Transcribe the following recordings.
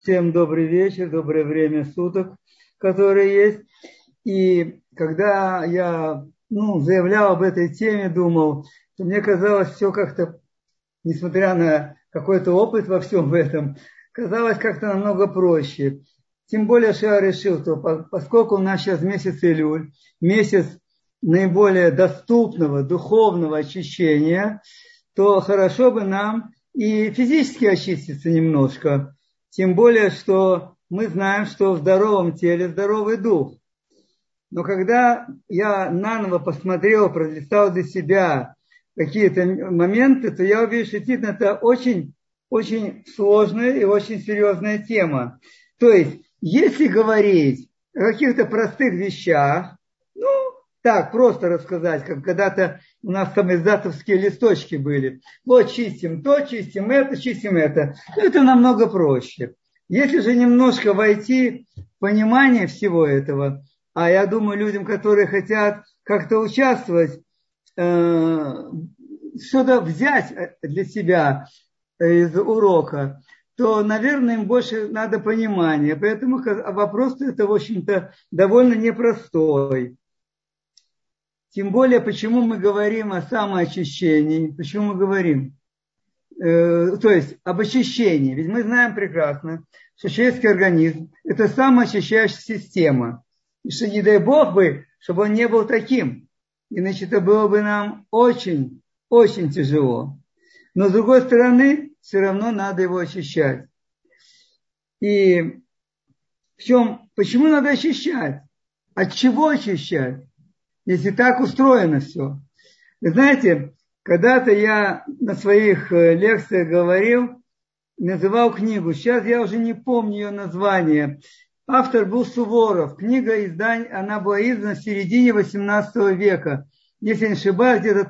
Всем добрый вечер, доброе время суток, которое есть. И когда я заявлял об этой теме, думал, то мне казалось все как-то, несмотря на какой-то опыт во всем этом, казалось как-то намного проще. Тем более, что я решил, что поскольку у нас сейчас месяц Илюль, месяц наиболее доступного духовного очищения, то хорошо бы нам и физически очиститься немножко. Тем более, что мы знаем, что в здоровом теле здоровый дух. Но когда я наново посмотрел, пролистал для себя какие-то моменты, то я увидел, что действительно это очень, очень сложная и очень серьезная тема. То есть, если говорить о каких-то простых вещах, ну, так, просто рассказать, как когда-то у нас самоиздатовские листочки были. Вот чистим то, чистим это. Это намного проще. Если же немножко войти в понимание всего этого, а я думаю, людям, которые хотят как-то участвовать, что-то взять для себя из урока, то, наверное, им больше надо понимания. Поэтому вопрос это, в общем-то, довольно непростой. Тем более, почему мы говорим о самоочищении, почему мы говорим, то есть об очищении. Ведь мы знаем прекрасно, что человеческий организм – это самоочищающая система. И что не дай Бог бы, чтобы он не был таким. Иначе это было бы нам очень, очень тяжело. Но с другой стороны, все равно надо его очищать. И почему надо очищать? От чего очищать? Если так устроено все. Вы знаете, когда-то я на своих лекциях говорил, называл книгу. Сейчас я уже не помню ее название. Автор был Суворов. Книга она была издана в середине XVIII века. Если не ошибаюсь, где-то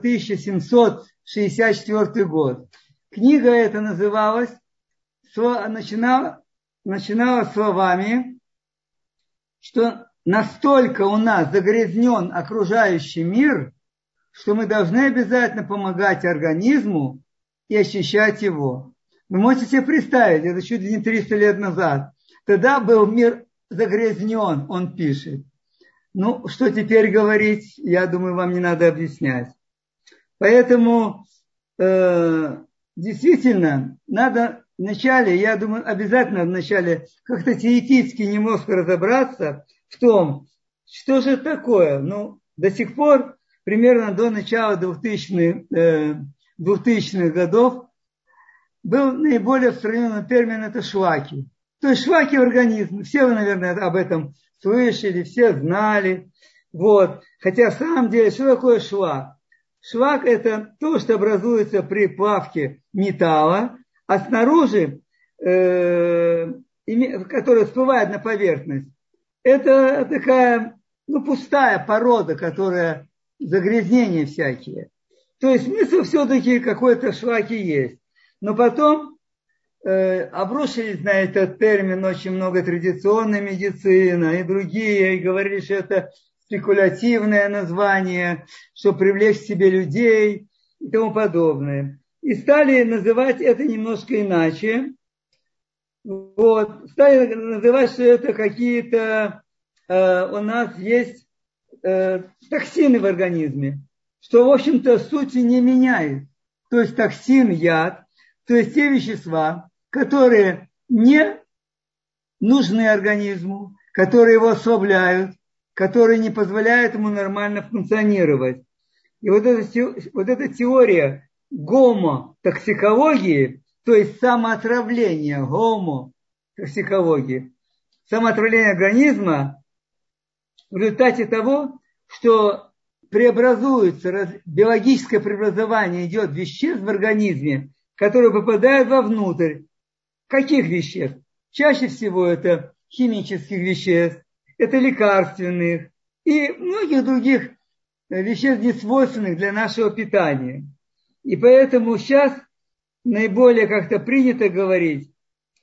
1764 год. Книга эта называлась, начинала словами, что настолько у нас загрязнен окружающий мир, что мы должны обязательно помогать организму и очищать его. Вы можете себе представить, это чуть ли не 300 лет назад. Тогда был мир загрязнен, он пишет. Ну, что теперь говорить, я думаю, вам не надо объяснять. Поэтому действительно надо вначале, я думаю, обязательно вначале как-то теоретически немножко разобраться в том, что же такое. Ну, до сих пор, примерно до начала 2000-х годов, был наиболее распространенный термин – это шлаки. То есть шлаки в организме. Все вы, наверное, об этом слышали, все знали. Вот. Хотя, на самом деле, что такое шлак? Шлак – это то, что образуется при плавке металла, а снаружи, который всплывает на поверхность, это такая, пустая порода, которая загрязнения всякие. То есть смысл все-таки какой-то шлаки есть. Но потом обрушились на этот термин очень много традиционной медицины и другие, и говорили, что это спекулятивное название, что привлечь к себе людей и тому подобное. И стали называть это немножко иначе. Вот. Стали называть, что это какие-то у нас есть токсины в организме, что, в общем-то, сути не меняет. То есть токсин, яд, то есть те вещества, которые не нужны организму, которые его ослабляют, которые не позволяют ему нормально функционировать. И вот эта теория гомотоксикологии, то есть самоотравление, гомотоксикологии, самоотравление организма в результате того, что биологическое преобразование идет веществ в организме, которые попадают вовнутрь. Каких веществ? Чаще всего это химических веществ, это лекарственных и многих других веществ, не свойственных для нашего питания. И поэтому сейчас наиболее как-то принято говорить,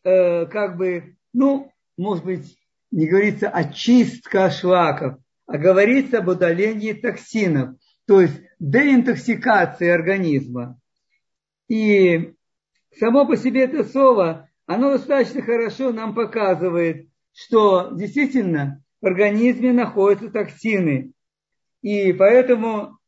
может быть, не говорится очистка шлаков, а говорится об удалении токсинов, то есть деинтоксикации организма. И само по себе это слово, оно достаточно хорошо нам показывает, что действительно в организме находятся токсины. И поэтому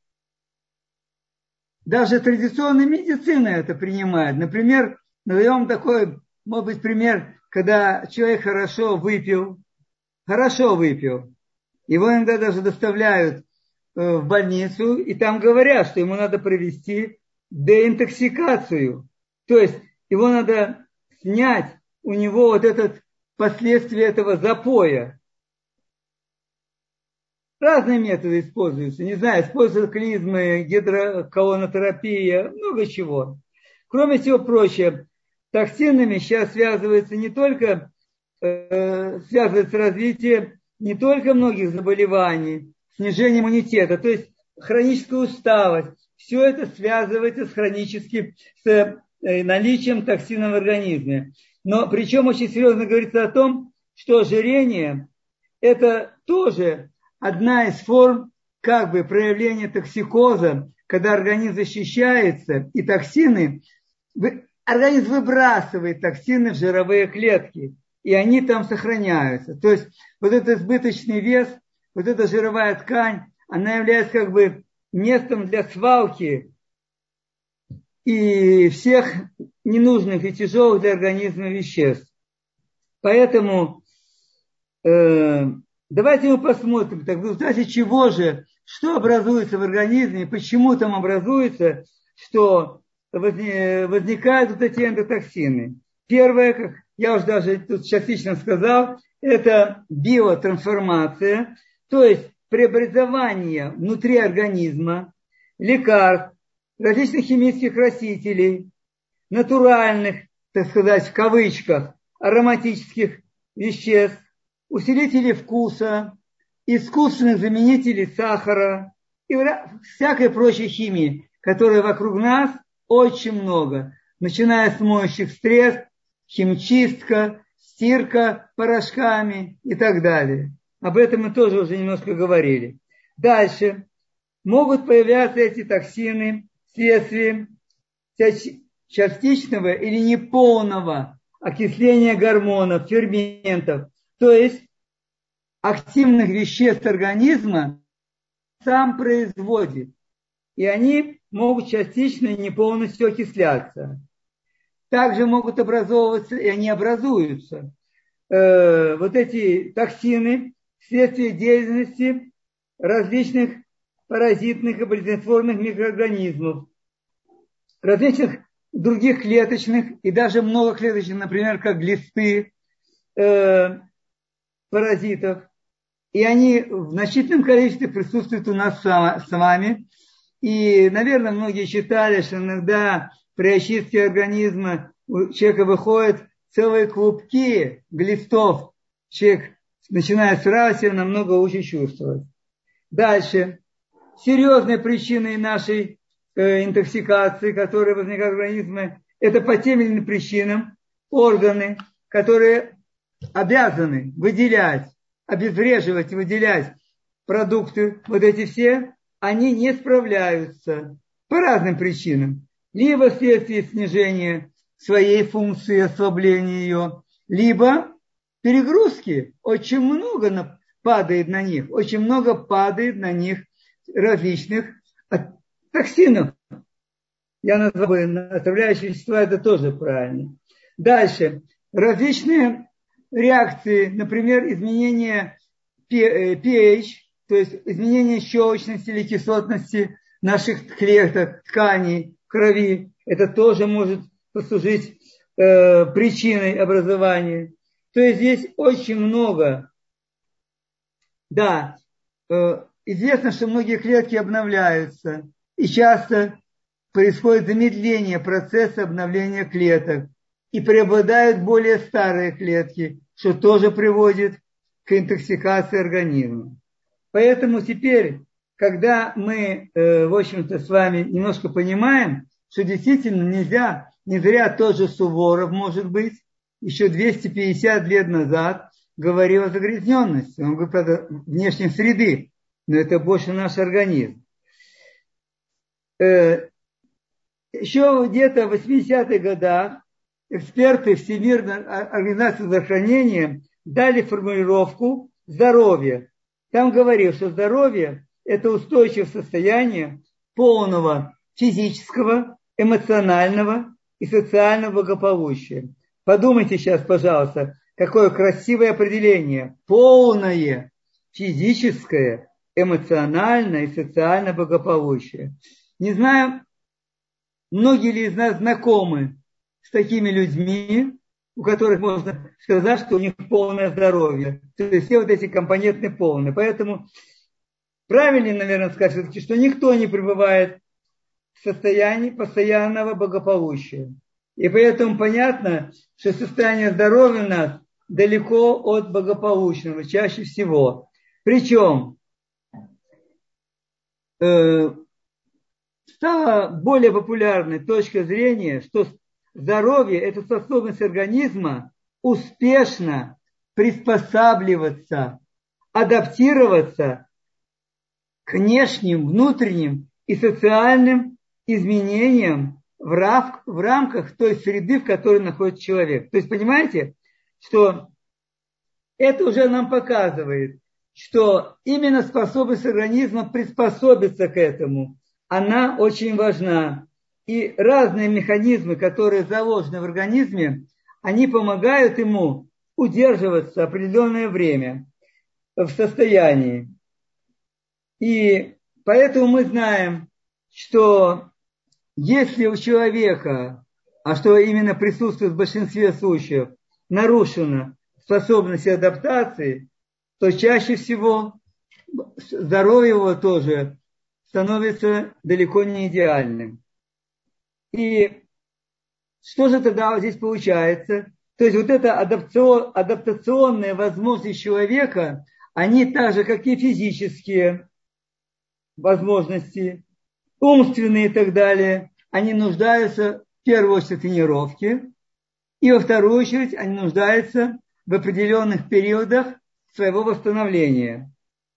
даже традиционная медицина это принимает. Например, назовем такой, может быть, пример, когда человек хорошо выпил, его иногда даже доставляют в больницу, и там говорят, что ему надо провести деинтоксикацию. То есть его надо снять у него вот этот последствия этого запоя. Разные методы используются. Не знаю, используются клизмы, гидроколонотерапия, много чего. Кроме всего прочего, токсинами сейчас связывается не только связывается развитие не только многих заболеваний, снижение иммунитета, то есть хроническая усталость. Все это связывается с наличием токсинов в организме. Но причем очень серьезно говорится о том, что ожирение – это тоже одна из форм как бы проявления токсикоза, когда организм защищается, и организм выбрасывает токсины в жировые клетки, и они там сохраняются. То есть вот этот избыточный вес, вот эта жировая ткань, она является как бы местом для свалки и всех ненужных и тяжелых для организма веществ. Поэтому давайте мы посмотрим, так в результате чего же, что образуется в организме, почему там образуется, что возникают вот эти эндотоксины. Первое, как я уже даже тут частично сказал, это биотрансформация, то есть преобразование внутри организма лекарств, различных химических красителей, натуральных, так сказать, в кавычках, ароматических веществ, усилителей вкуса, искусственных заменителей сахара и всякой прочей химии, которой вокруг нас очень много, начиная с моющих средств, химчистка, стирка порошками и так далее. Об этом мы тоже уже немножко говорили. Дальше. Могут появляться эти токсины вследствие частичного или неполного окисления гормонов, ферментов, то есть активных веществ организма сам производит. И они могут частично и не полностью окисляться. Также могут образовываться, и они образуются, вот эти токсины вследствие деятельности различных паразитных и болезнетворных микроорганизмов, различных других клеточных и даже многоклеточных, например, как глисты паразитов. И они в значительном количестве присутствуют у нас с вами. И, наверное, многие считали, что иногда при очистке организма у человека выходят целые клубки глистов. Человек начинает сразу себя намного лучше чувствовать. Дальше. Серьезной причиной нашей интоксикации, которая возникает в организме, это по тем или иным причинам органы, которые обязаны выделять, обезвреживать, выделять продукты, вот эти все, они не справляются по разным причинам. Либо вследствие снижения своей функции, ослабления ее, либо перегрузки. Очень много падает на них, различных токсинов. Я назвал бы отравляющие вещества, это тоже правильно. Дальше. Различные реакции, например, изменение pH, то есть изменение щелочности или кислотности наших клеток, тканей, крови. Это тоже может послужить причиной образования. То есть здесь очень много. Да, известно, что многие клетки обновляются, и часто происходит замедление процесса обновления клеток, и преобладают более старые клетки, что тоже приводит к интоксикации организма. Поэтому теперь, когда мы, в общем-то, с вами немножко понимаем, что действительно нельзя, не зря тот же Суворов, может быть, еще 250 лет назад говорил о загрязненности. Он говорит, правда, внешней среды, но это больше наш организм. Еще где-то в 80-х годах эксперты Всемирной организации здравоохранения дали формулировку здоровье. Там говорил, что здоровье – это устойчивое состояние полного физического, эмоционального и социального благополучия. Подумайте сейчас, пожалуйста, какое красивое определение. Полное физическое, эмоциональное и социальное благополучие. Не знаю, многие ли из нас знакомы с такими людьми, у которых можно сказать, что у них полное здоровье. То есть все вот эти компоненты полные. Поэтому правильнее, наверное, сказать все-таки, что никто не пребывает в состоянии постоянного благополучия. И поэтому понятно, что состояние здоровья у нас далеко от благополучного, чаще всего. Причем стала более популярной точка зрения, что здоровье – это способность организма успешно приспосабливаться, адаптироваться к внешним, внутренним и социальным изменениям в рамках той среды, в которой находится человек. То есть, понимаете, что это уже нам показывает, что именно способность организма приспособиться к этому, она очень важна. И разные механизмы, которые заложены в организме, они помогают ему удерживаться определенное время в состоянии. И поэтому мы знаем, что если у человека, а что именно присутствует в большинстве случаев, нарушена способность адаптации, то чаще всего здоровье его тоже становится далеко не идеальным. И что же тогда здесь получается? То есть вот эта адаптационная возможность человека, они так же, как и физические возможности, умственные и так далее, они нуждаются в первую очередь в тренировке, и во вторую очередь они нуждаются в определенных периодах своего восстановления.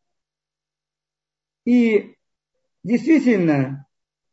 И действительно,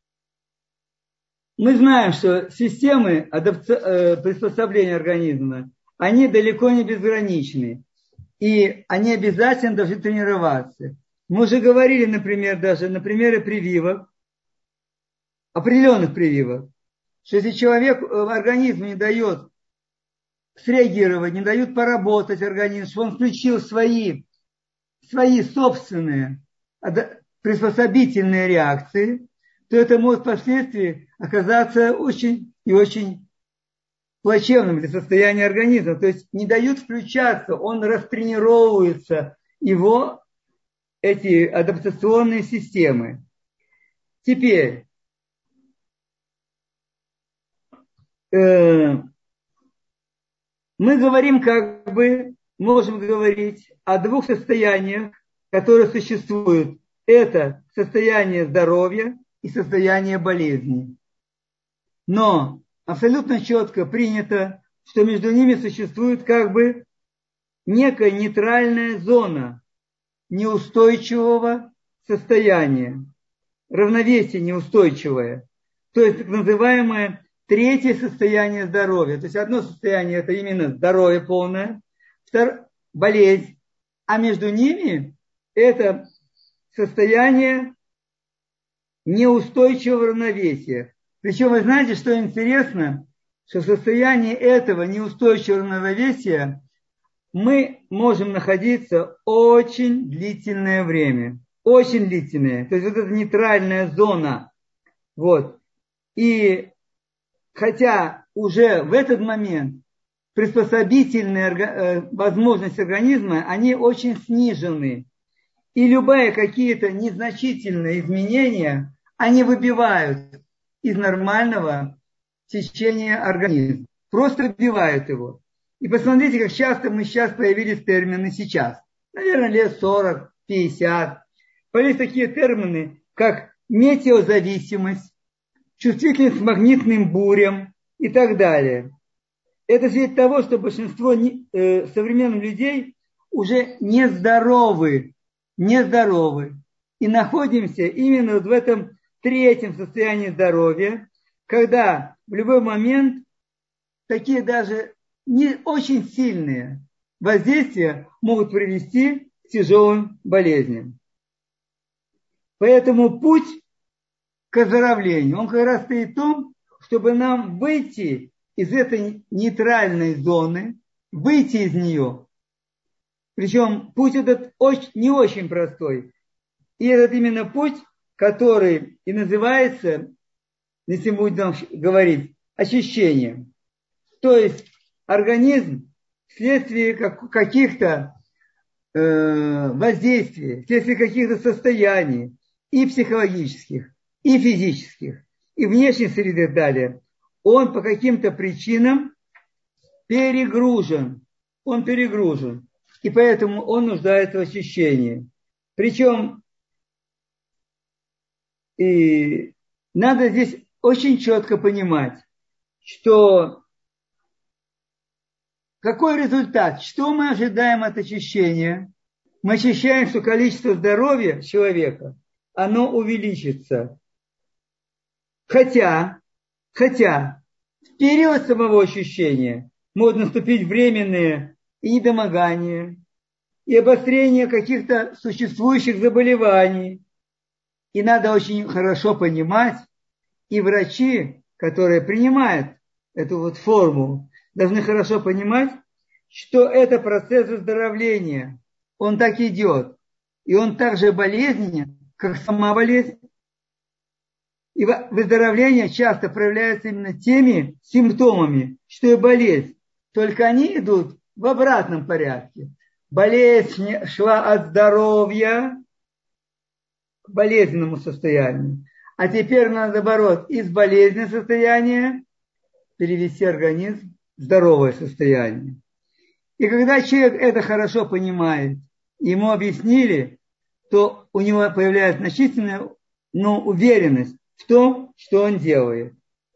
мы знаем, что системы приспособления организма, они далеко не безграничны. И они обязательно должны тренироваться. Мы уже говорили, например, даже на примере прививок, определенных прививок, что если человек организму не дает среагировать, не дают поработать организм, что он включил свои собственные приспособительные реакции, то это может впоследствии оказаться очень и очень плачевным для состояния организма. То есть не дают включаться, он растренировывается, его эти адаптационные системы. Теперь, мы говорим можем говорить о двух состояниях, которые существуют. Это состояние здоровья и состояние болезни. Но абсолютно четко принято, что между ними существует некая нейтральная зона неустойчивого состояния, равновесие неустойчивое, то есть так называемое третье состояние здоровья. То есть одно состояние – это именно здоровье полное, второе – болезнь, а между ними это состояние неустойчивого равновесия. Причем вы знаете, что интересно, что в состоянии этого неустойчивого равновесия мы можем находиться очень длительное время. Очень длительное. То есть вот эта нейтральная зона. Вот. И хотя уже в этот момент приспособительные возможности организма, они очень снижены. И любые какие-то незначительные изменения, они выбивают из нормального течения организма. Просто выбивают его. И посмотрите, как часто мы сейчас появились термины сейчас. Наверное, лет 40, 50. Появились такие термины, как метеозависимость, чувствительность к магнитным бурям и так далее. Это свидетельство того, что большинство современных людей уже нездоровы. И находимся именно в этом третьем состоянии здоровья, когда в любой момент такие даже не очень сильные воздействия могут привести к тяжелым болезням. Поэтому путь к оздоровлению, он как раз стоит в том, чтобы нам выйти из этой нейтральной зоны, выйти из нее. Причем путь этот не очень простой. И этот именно путь, который и называется, если мы будем говорить, очищением. То есть организм вследствие каких-то воздействий, вследствие каких-то состояний, и психологических, и физических, и внешней среды и так далее, он по каким-то причинам перегружен. Он перегружен. И поэтому он нуждается в очищении. Причем и надо здесь очень четко понимать, что какой результат, что мы ожидаем от очищения. Мы ощущаем, что количество здоровья человека, оно увеличится. Хотя в период самого очищения могут наступить временные и недомогания, и обострение каких-то существующих заболеваний. И надо очень хорошо понимать, и врачи, которые принимают эту вот форму, должны хорошо понимать, что это процесс выздоровления. Он так идет. И он так же болезненен, как сама болезнь. И выздоровление часто проявляется именно теми симптомами, что и болезнь. Только они идут в обратном порядке. Болезнь шла от здоровья к болезненному состоянию. А теперь надо, наоборот, из болезненного состояния перевести организм в здоровое состояние. И когда человек это хорошо понимает, ему объяснили, то у него появляется значительная уверенность в том, что он делает.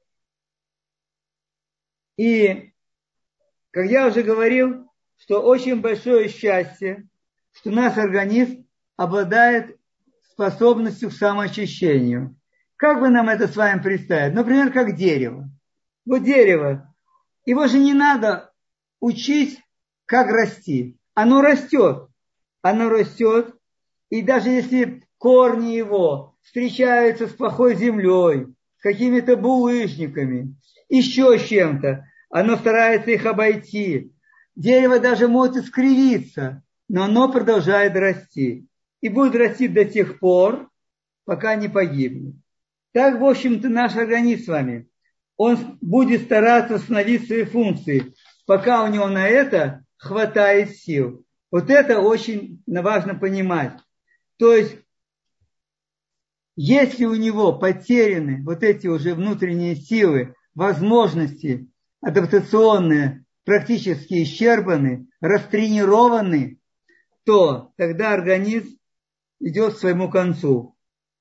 И, как я уже говорил, что очень большое счастье, что наш организм обладает способностью к самоочищению. Как бы нам это с вами представить? Например, как дерево. Вот дерево. Его же не надо учить, как расти. Оно растет. Оно растет. И даже если корни его встречаются с плохой землей, с какими-то булыжниками, еще с чем-то, оно старается их обойти. Дерево даже может искривиться, но оно продолжает расти. И будет расти до тех пор, пока не погибнет. Так, в общем-то, наш организм с вами. Он будет стараться восстановить свои функции, пока у него на это хватает сил. Вот это очень важно понимать. То есть, если у него потеряны вот эти уже внутренние силы, возможности адаптационные, практически исчерпаны, растренированы, то тогда организм идет к своему концу.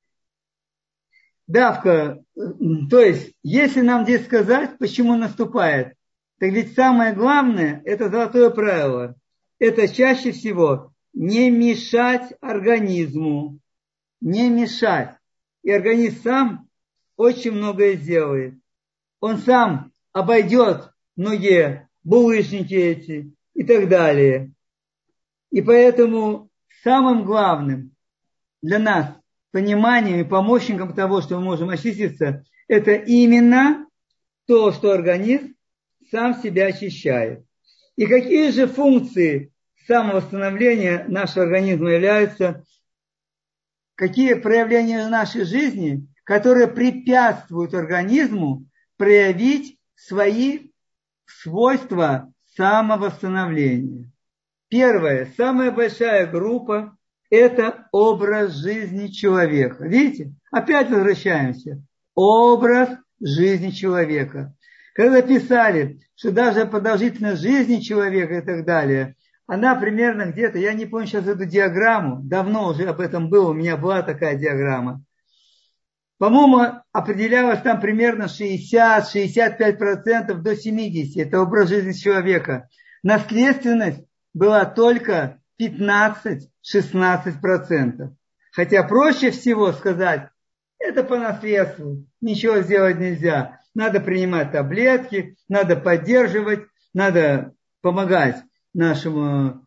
Давка, то есть, если нам здесь сказать, почему наступает, так ведь самое главное, это золотое правило, это чаще всего не мешать организму, не мешать. И организм сам очень многое сделает. Он сам обойдет многие булыжники эти и так далее. И поэтому самым главным для нас пониманием и помощником того, что мы можем очиститься, это именно то, что организм сам себя очищает. И какие же функции самовосстановления нашего организма являются, какие проявления нашей жизни, которые препятствуют организму проявить свои свойства самовосстановления. Первая, самая большая группа – это образ жизни человека. Видите? Опять возвращаемся. Образ жизни человека. Когда писали, что даже продолжительность жизни человека и так далее, она примерно где-то, я не помню сейчас эту диаграмму, давно уже об этом было, у меня была такая диаграмма. По-моему, определялось там примерно 60-65% до 70%. Это образ жизни человека. Наследственность была только 15-16%. Хотя проще всего сказать, это по наследству, ничего сделать нельзя. надо принимать таблетки, надо поддерживать, надо помогать нашему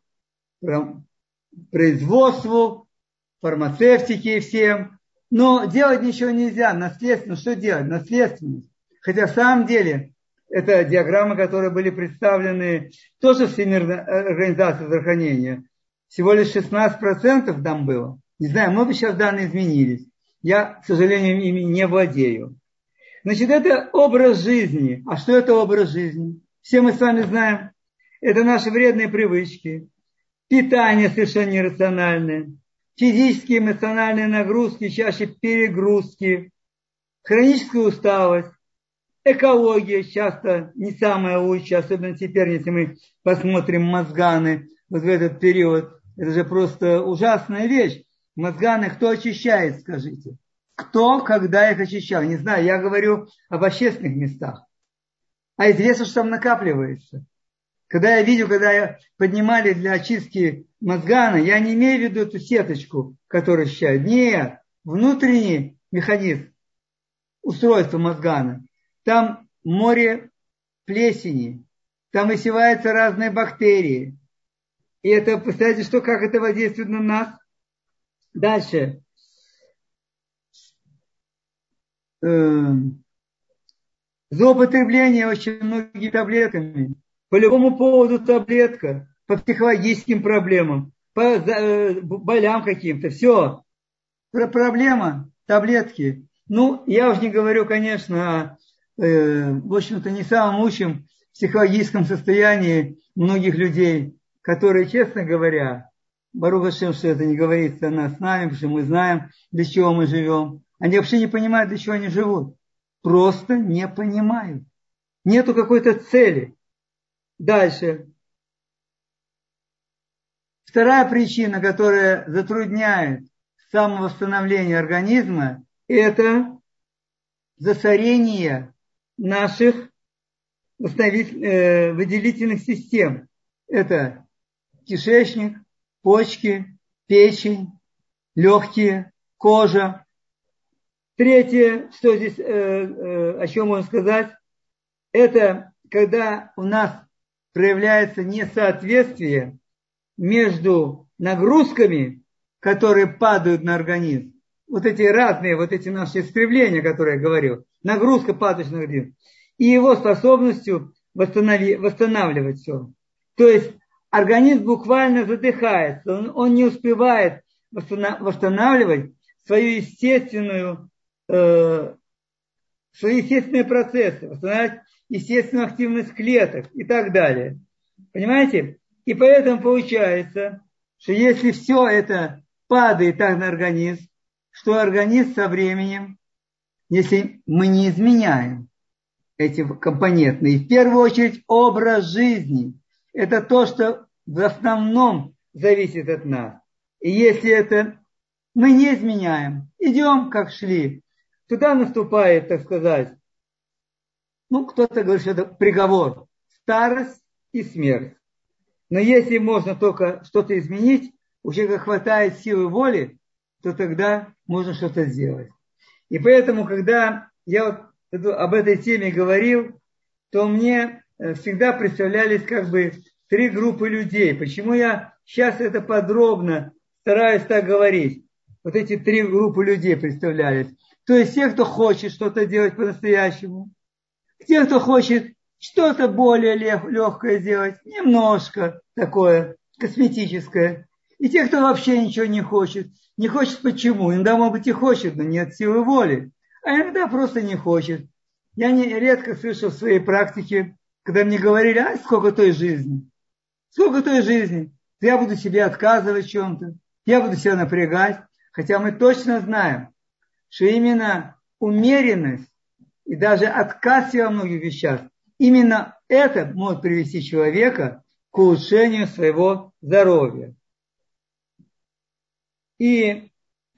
производству, фармацевтике всем. Но делать ничего нельзя. Наследственно, что делать? Наследственность. Хотя в самом деле это диаграммы, которые были представлены тоже Всемирной организацией здравоохранения. Всего лишь 16% там было. Не знаю, может быть, сейчас данные изменились. Я, к сожалению, ими не владею. Значит, это образ жизни. А что это образ жизни? Все мы с вами знаем. Это наши вредные привычки. Питание совершенно нерациональное. Физические, эмоциональные нагрузки, чаще перегрузки. Хроническая усталость. Экология часто не самая лучшая, особенно теперь, если мы посмотрим Мозганы вот в этот период. Это же просто ужасная вещь. Мозганы кто очищает, скажите? Кто, когда их очищал? Не знаю, я говорю об общественных местах. А известно, что там накапливается. Когда я видел, когда поднимали для очистки Мозгана, я не имею в виду эту сеточку, которую очищают. Нет, внутренний механизм устройства Мозгана. Там море плесени, там высеваются разные бактерии. И это, представляете, что, как это воздействует на нас? Дальше. Злоупотребление очень многими таблетками. По любому поводу таблетка. По психологическим проблемам, по болям каким-то. Все. Проблема таблетки. Ну, я уж не говорю, конечно, в общем-то, не самом лучшем психологическом состоянии многих людей, которые, честно говоря, Барух Ашем, что это не говорится о нас с нами, потому что мы знаем, для чего мы живем. Они вообще не понимают, для чего они живут. Просто не понимают. Нету какой-то цели. Дальше. Вторая причина, которая затрудняет самовосстановление организма, это засорение наших выделительных систем. Это кишечник, почки, печень, легкие, кожа. Третье, что здесь, о чем можно сказать, это когда у нас проявляется несоответствие между нагрузками, которые падают на организм, вот эти разные, вот эти наши искривления, которые я говорил, нагрузка падает на организм, и его способностью восстанавливать все. То есть организм буквально задыхается, он не успевает восстанавливать свои естественные процессы, восстанавливать естественную активность клеток и так далее. Понимаете? И поэтому получается, что если все это падает так на организм, что организм со временем, если мы не изменяем эти компоненты, и в первую очередь образ жизни, это то, что в основном зависит от нас. И если это мы не изменяем, идем как шли, туда наступает, так сказать, кто-то говорит, что это приговор, старость и смерть. Но если можно только что-то изменить, у человека хватает силы воли, то тогда можно что-то сделать. И поэтому, когда я об этой теме говорил, то мне всегда представлялись как бы три группы людей. Почему я сейчас это подробно стараюсь так говорить? Вот эти три группы людей представлялись. То есть те, кто хочет что-то делать по-настоящему, те, кто хочет что-то более легкое сделать, немножко такое косметическое. И те, кто вообще ничего не хочет. Не хочет почему? Иногда, может быть, и хочет, но нет силы воли. А иногда просто не хочет. Я редко слышал в своей практике, когда мне говорили, сколько той жизни. Сколько той жизни. Я буду себе отказывать в чем-то. Я буду себя напрягать. Хотя мы точно знаем, что именно умеренность и даже отказ во многих вещах, именно это может привести человека к улучшению своего здоровья. И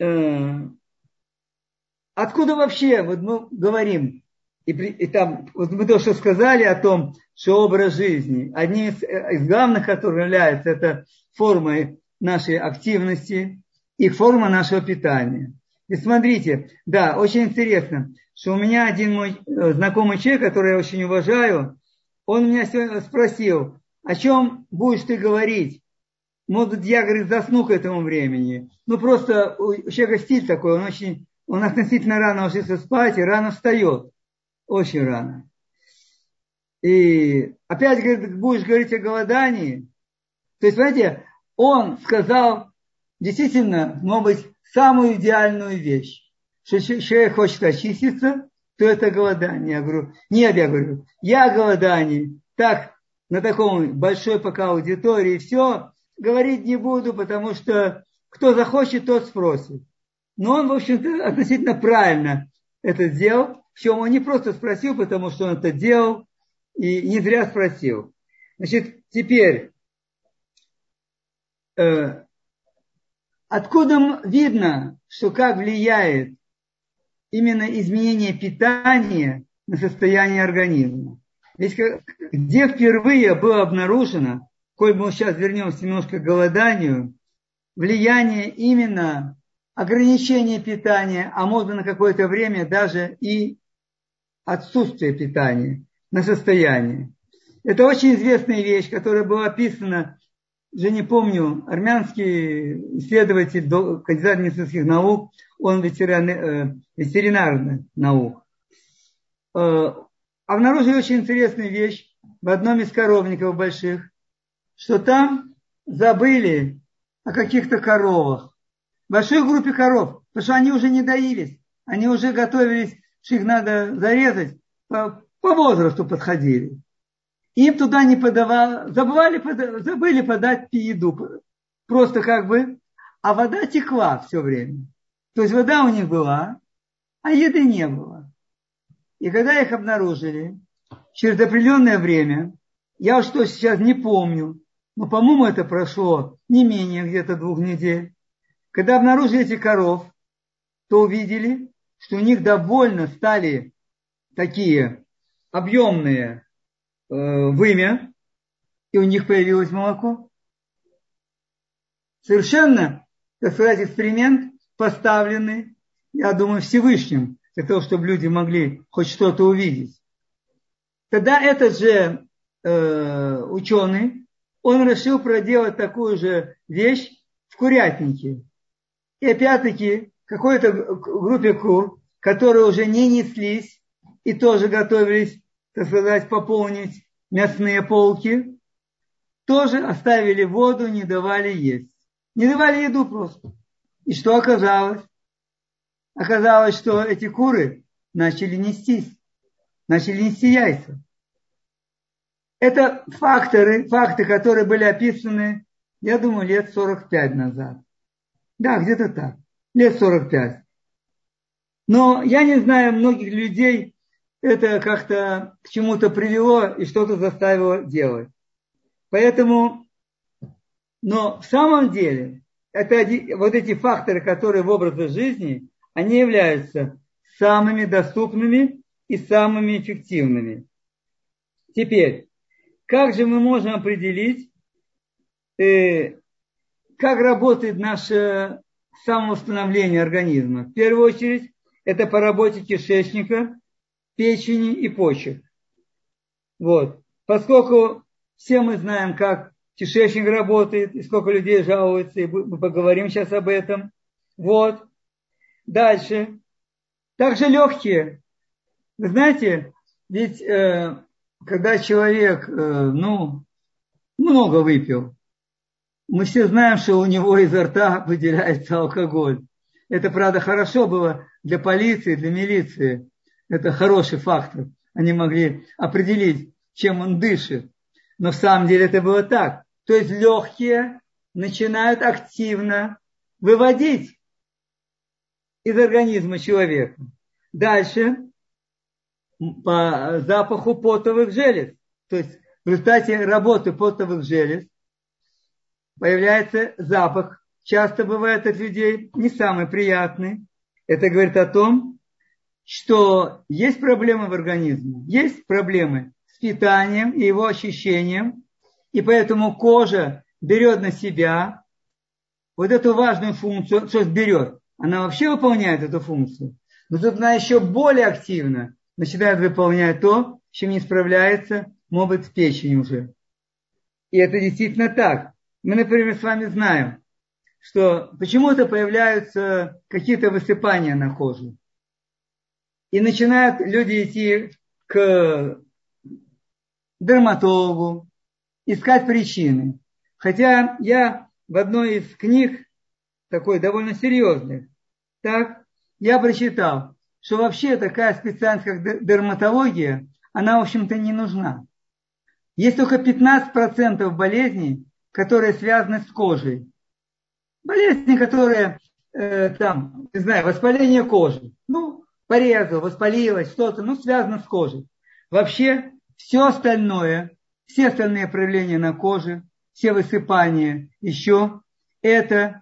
откуда вообще, вот мы говорим, и там, вот мы то, что сказали о том, что образ жизни, одним из главных, который является, это формой нашей активности и форма нашего питания. И смотрите, да, очень интересно, что у меня один мой знакомый человек, который я очень уважаю, он меня сегодня спросил, о чем будешь ты говорить? Может, я, говорит, засну к этому времени. Ну, просто у человека стиль такой, он относительно рано ложится спать и рано встает. Очень рано. И опять, говорит, будешь говорить о голодании. То есть, знаете, он сказал действительно, может быть, самую идеальную вещь. Что человек хочет очиститься, то это голодание. Я говорю, нет, я голодание. Так, на таком большой пока аудитории все, говорить не буду, потому что кто захочет, тот спросит. Но он, в общем-то, относительно правильно это сделал. Причем он не просто спросил, потому что он это делал, и не зря спросил. Значит, теперь, откуда видно, что как влияет именно изменение питания на состояние организма? Ведь где впервые было обнаружено, коль мы сейчас вернемся немножко к голоданию, влияние именно ограничения питания, а может на какое-то время даже и отсутствие питания на состояние. Это очень известная вещь, которая была описана, уже не помню, армянский исследователь, кандидат медицинских наук, он ветеринарных наук. Обнаружили очень интересную вещь в одном из коровников больших, что там забыли о каких-то коровах. В большой группе коров, потому что они уже не доились, они уже готовились, что их надо зарезать, по возрасту подходили. Им туда не подавали, забыли подать еду, просто как бы, а вода текла все время. То есть вода у них была, а еды не было. И когда их обнаружили, через определенное время, я уж что сейчас не помню, но, по-моему, это прошло не менее где-то 2 недель, когда обнаружили этих коров, то увидели, что у них довольно стали такие объемные вымя, и у них появилось молоко. Совершенно, так сказать, эксперимент поставленный, я думаю, Всевышним, для того, чтобы люди могли хоть что-то увидеть. Тогда этот же ученый, он решил проделать такую же вещь в курятнике. И опять-таки какой-то группе кур, которые уже не неслись и тоже готовились, так сказать, пополнить мясные полки, тоже оставили воду, не давали есть. Не давали еду просто. И что оказалось? Оказалось, что эти куры начали нести яйца. Это факты, которые были описаны, я думаю, лет 45 назад. Да, где-то так. Лет 45. Но я не знаю, многих людей это как-то к чему-то привело и что-то заставило делать. Поэтому, но в самом деле, это вот эти факторы, которые в образе жизни, они являются самыми доступными и самыми эффективными. Теперь, как же мы можем определить, как работает наше самовосстановление организма? В первую очередь, это по работе кишечника, печени и почек. Вот. Поскольку все мы знаем, как кишечник работает, и сколько людей жалуются, и мы поговорим сейчас об этом. Вот. Дальше. Также легкие. Вы знаете, ведь когда человек, много выпил, мы все знаем, что у него изо рта выделяется алкоголь. Это, правда, хорошо было для полиции, для милиции. Это хороший фактор. Они могли определить, чем он дышит. Но в самом деле это было так. То есть легкие начинают активно выводить из организма человека. Дальше по запаху потовых желез. То есть в результате работы потовых желез появляется запах. Часто бывает от людей не самый приятный. Это говорит о том, что есть проблемы в организме. Есть проблемы с питанием и его ощущением. И поэтому кожа берет на себя вот эту важную функцию. Что берет? Она вообще выполняет эту функцию. Но тут она еще более активно начинает выполнять то, с чем не справляется, может быть, печень уже. И это действительно так. Мы, например, с вами знаем, что почему-то появляются какие-то высыпания на коже. И начинают люди идти к дерматологу, искать причины. Хотя я в одной из книг, такой довольно серьезных, так, я прочитал, что вообще такая специальность, как дерматология, она, в общем-то, не нужна. Есть только 15% болезней, которые связаны с кожей. Болезни, которые, не знаю, воспаление кожи. Порезал, воспалилось, что-то, связано с кожей. Вообще, все остальное, все остальные проявления на коже, все высыпания еще, это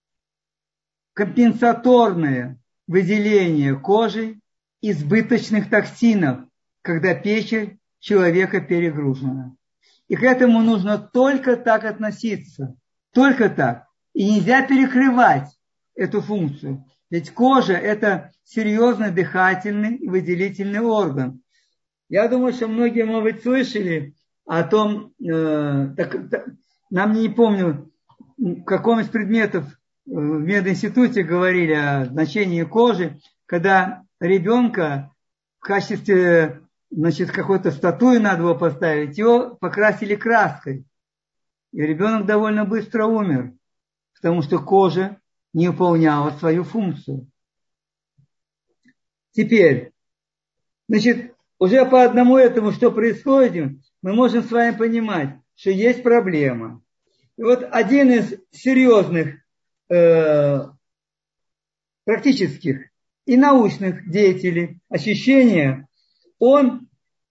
компенсаторное выделение кожи избыточных токсинов, когда печень человека перегружена. И к этому нужно только так относиться. Только так. И нельзя перекрывать эту функцию. Ведь кожа – это серьезный дыхательный и выделительный орган. Я думаю, что многие, может быть, слышали о том, нам не помню, в каком из предметов в мединституте говорили о значении кожи, когда ребенка в качестве, какой-то статуи надо было поставить, его покрасили краской. И ребенок довольно быстро умер, потому что кожа не выполняла свою функцию. Теперь, уже по одному этому, что происходит, мы можем с вами понимать, что есть проблема. И вот один из серьезных практических и научных деятелей очищения, он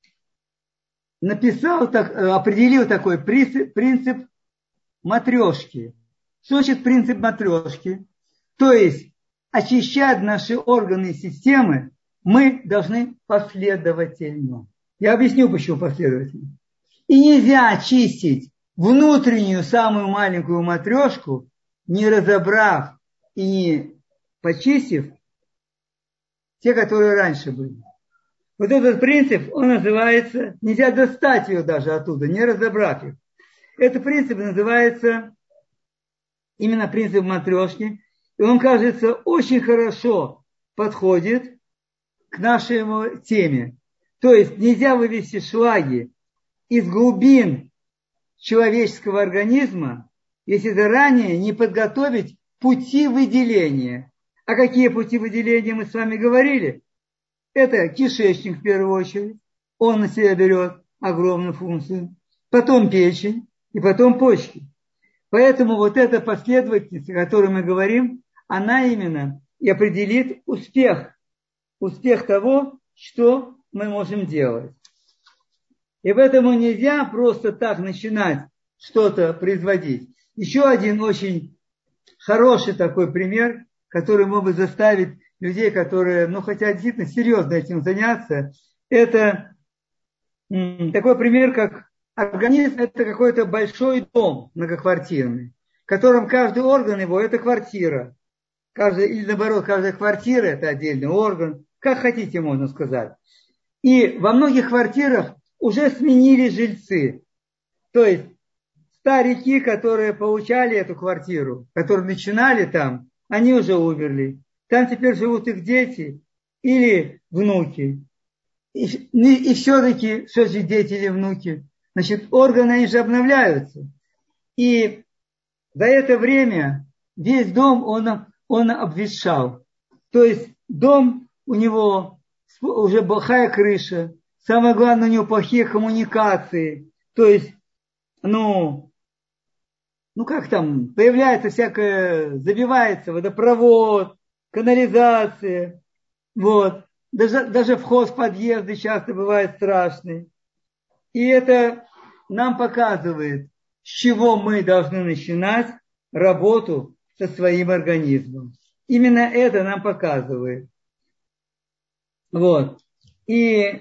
определил такой принцип матрешки. Что значит принцип матрешки? То есть очищать наши органы и системы мы должны последовательно. Я объясню, почему последовательно. И нельзя очистить внутреннюю самую маленькую матрешку, не разобрав и не почистив те, которые раньше были. Вот этот принцип, он называется, нельзя достать ее даже оттуда, не разобрав их. Этот принцип называется именно принцип матрешки, и он, кажется, очень хорошо подходит к нашей теме. То есть нельзя вывести шлаги из глубин человеческого организма, если заранее не подготовить пути выделения. А какие пути выделения мы с вами говорили? Это кишечник в первую очередь, он на себя берет огромную функцию, потом печень и потом почки. Поэтому вот эта последовательность, о которой мы говорим, она именно и определит успех того, что мы можем делать. И поэтому нельзя просто так начинать что-то производить. Еще один очень хороший такой пример, который мог бы заставить людей, которые, хотят действительно серьезно этим заняться, это такой пример, как организм – это какой-то большой дом многоквартирный, в котором каждый орган его – это квартира. Или наоборот, каждая квартира – это отдельный орган, как хотите, можно сказать. И во многих квартирах уже сменили жильцы. То есть старики, которые получали эту квартиру, которые начинали там, они уже умерли. Там теперь живут их дети или внуки. И все-таки, что же дети или внуки? Органы, они же обновляются. И за это время весь дом, он обветшал. То есть дом у него уже плохая крыша. Самое главное, у него плохие коммуникации. То есть, появляется всякое, забивается водопровод, канализация. Вот. Даже вход в подъезды часто бывает страшный. И это нам показывает, с чего мы должны начинать работу со своим организмом. Именно это нам показывает. Вот. И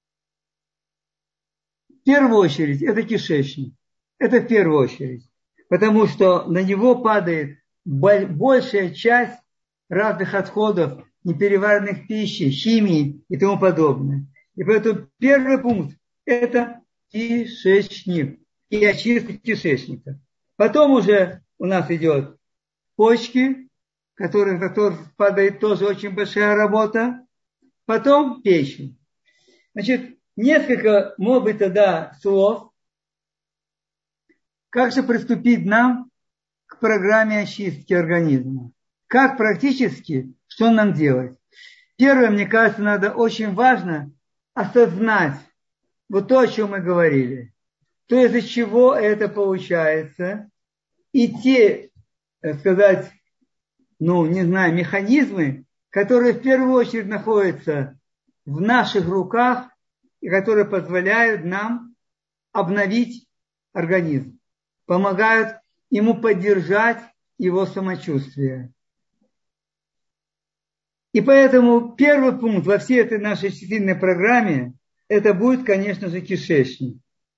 в первую очередь это кишечник. Это в первую очередь. Потому что на него падает большая часть разных отходов непереваренных пищи, химии и тому подобное. И поэтому первый пункт – это кишечник и очистка кишечника. Потом уже у нас идет почки, на которых падает тоже очень большая работа. Потом печень. Значит, несколько, может быть, тогда слов, как же приступить нам к программе очистки организма. Как практически, что нам делать? Первое, мне кажется, надо очень важно осознать вот то, о чем мы говорили. То, из-за чего это получается. И те, так сказать, механизмы, которые в первую очередь находятся в наших руках и которые позволяют нам обновить организм, помогают ему поддержать его самочувствие. И поэтому первый пункт во всей этой нашей очистительной программе это будет, конечно же, кишечник.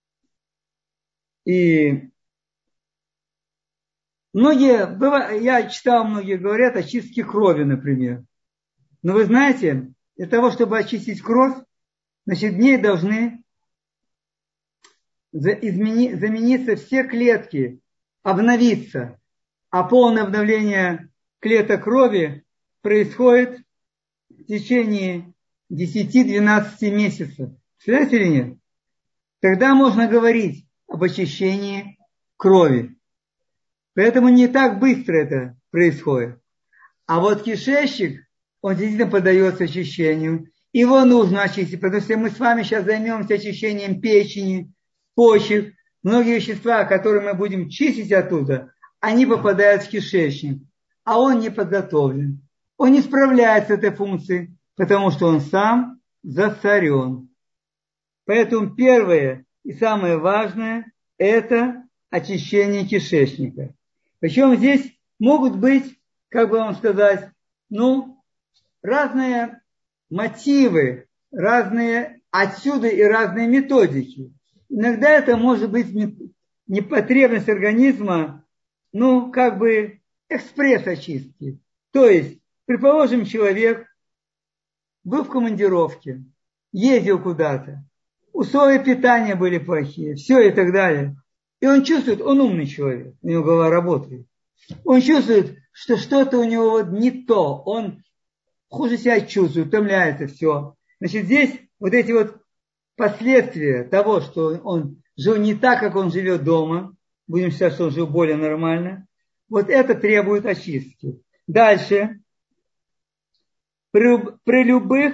И я читал, многие говорят о чистке крови, например. Но вы знаете, для того, чтобы очистить кровь, значит, в ней должны замениться все клетки, обновиться. А полное обновление клеток крови происходит в течение 10-12 месяцев. Представляете или нет? Тогда можно говорить об очищении крови. Поэтому не так быстро это происходит. А вот кишечник, он действительно поддается очищению. Его нужно очистить, потому что мы с вами сейчас займемся очищением печени, почек. Многие вещества, которые мы будем чистить оттуда, они попадают в кишечник. А он не подготовлен. Он не справляется с этой функцией, потому что он сам засорен. Поэтому первое и самое важное – это очищение кишечника. Причем здесь могут быть, как бы вам сказать, разные мотивы, разные отсюда и разные методики. Иногда это может быть непотребность организма, экспресс-очистки. То есть, предположим, человек был в командировке, ездил куда-то, условия питания были плохие, все и так далее. И он чувствует, он умный человек, у него голова работает. Он чувствует, что что-то у него не то, он хуже себя чувствует, утомляется, все. Значит, здесь вот эти вот последствия того, что он жил не так, как он живет дома, будем считать, что он жил более нормально, вот это требует очистки. Дальше. При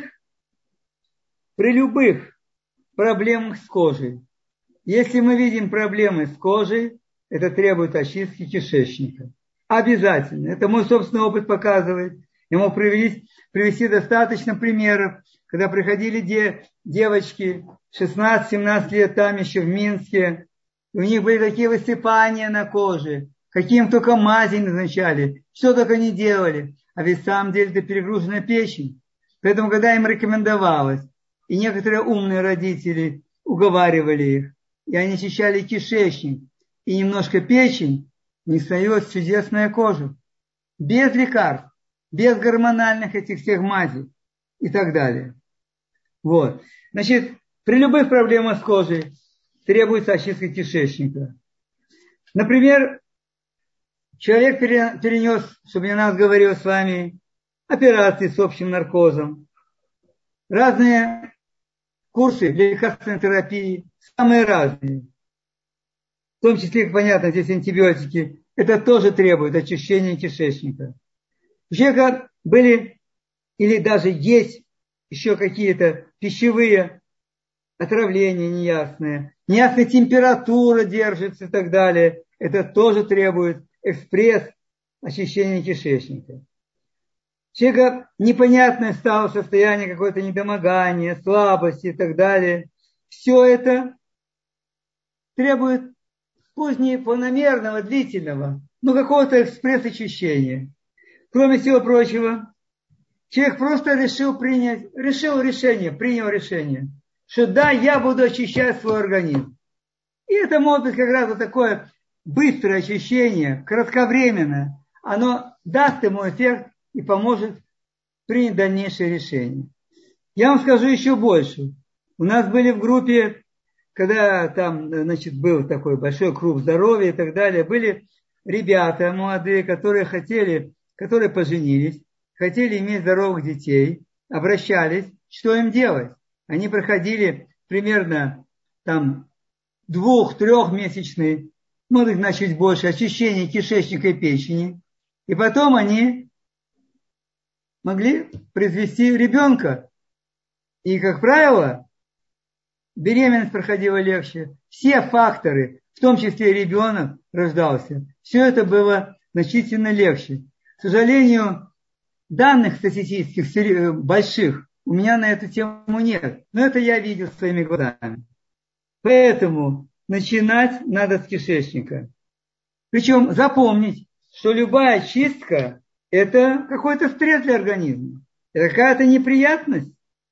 любых проблемах с кожей. Если мы видим проблемы с кожей, это требует очистки кишечника. Обязательно. Это мой собственный опыт показывает. Я могу привести достаточно примеров, когда приходили девочки 16-17 лет там еще в Минске, и у них были такие высыпания на коже, каким только мази назначали, что только не делали. А ведь в самом деле это перегруженная печень. Поэтому, когда им рекомендовалось, и некоторые умные родители уговаривали их, и они очищали кишечник и немножко печень, не встает чудесная кожа. Без лекарств, без гормональных этих всех мазей и так далее. Вот. Значит, при любых проблемах с кожей требуется очистка кишечника. Например, человек перенес, чтобы не нас говорил с вами, операции с общим наркозом, разные курсы лекарственной терапии, самые разные. В том числе, как понятно, здесь антибиотики. Это тоже требует очищения кишечника. У человека были или даже есть еще какие-то пищевые отравления неясные, неясная температура держится и так далее. Это тоже требует экспресс очищения кишечника. У человека непонятное стало состояние, какое-то недомогание, слабости и так далее. Все это требует, пусть не планомерного, длительного, но какого-то экспресс-очищения. Кроме всего прочего, человек просто принял решение, что да, я буду очищать свой организм. И это может быть как раз вот такое быстрое очищение, кратковременное. Оно даст ему эффект и поможет принять дальнейшее решение. Я вам скажу еще больше. У нас были в группе, когда там, значит, был такой большой круг здоровья и так далее, были ребята молодые, которые поженились, хотели иметь здоровых детей, обращались, что им делать? Они проходили примерно там 2-3-месячный, может быть, чуть больше, очищение кишечника и печени. И потом они могли произвести ребенка. И, как правило, беременность проходила легче. Все факторы, в том числе ребенок рождался, все это было значительно легче. К сожалению, данных статистических больших у меня на эту тему нет. Но это я видел своими глазами. Поэтому начинать надо с кишечника. Причем запомнить, что любая чистка – это какой-то стресс для организма. Это какая-то неприятность.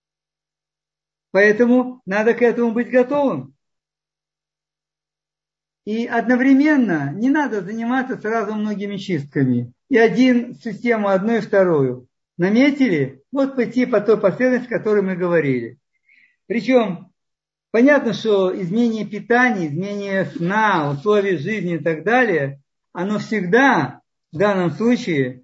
Поэтому надо к этому быть готовым. И одновременно не надо заниматься сразу многими чистками. И систему одну и вторую. Наметили? Вот пойти по той последовательности, о которой мы говорили. Причем понятно, что изменение питания, изменение сна, условий жизни и так далее, оно всегда в данном случае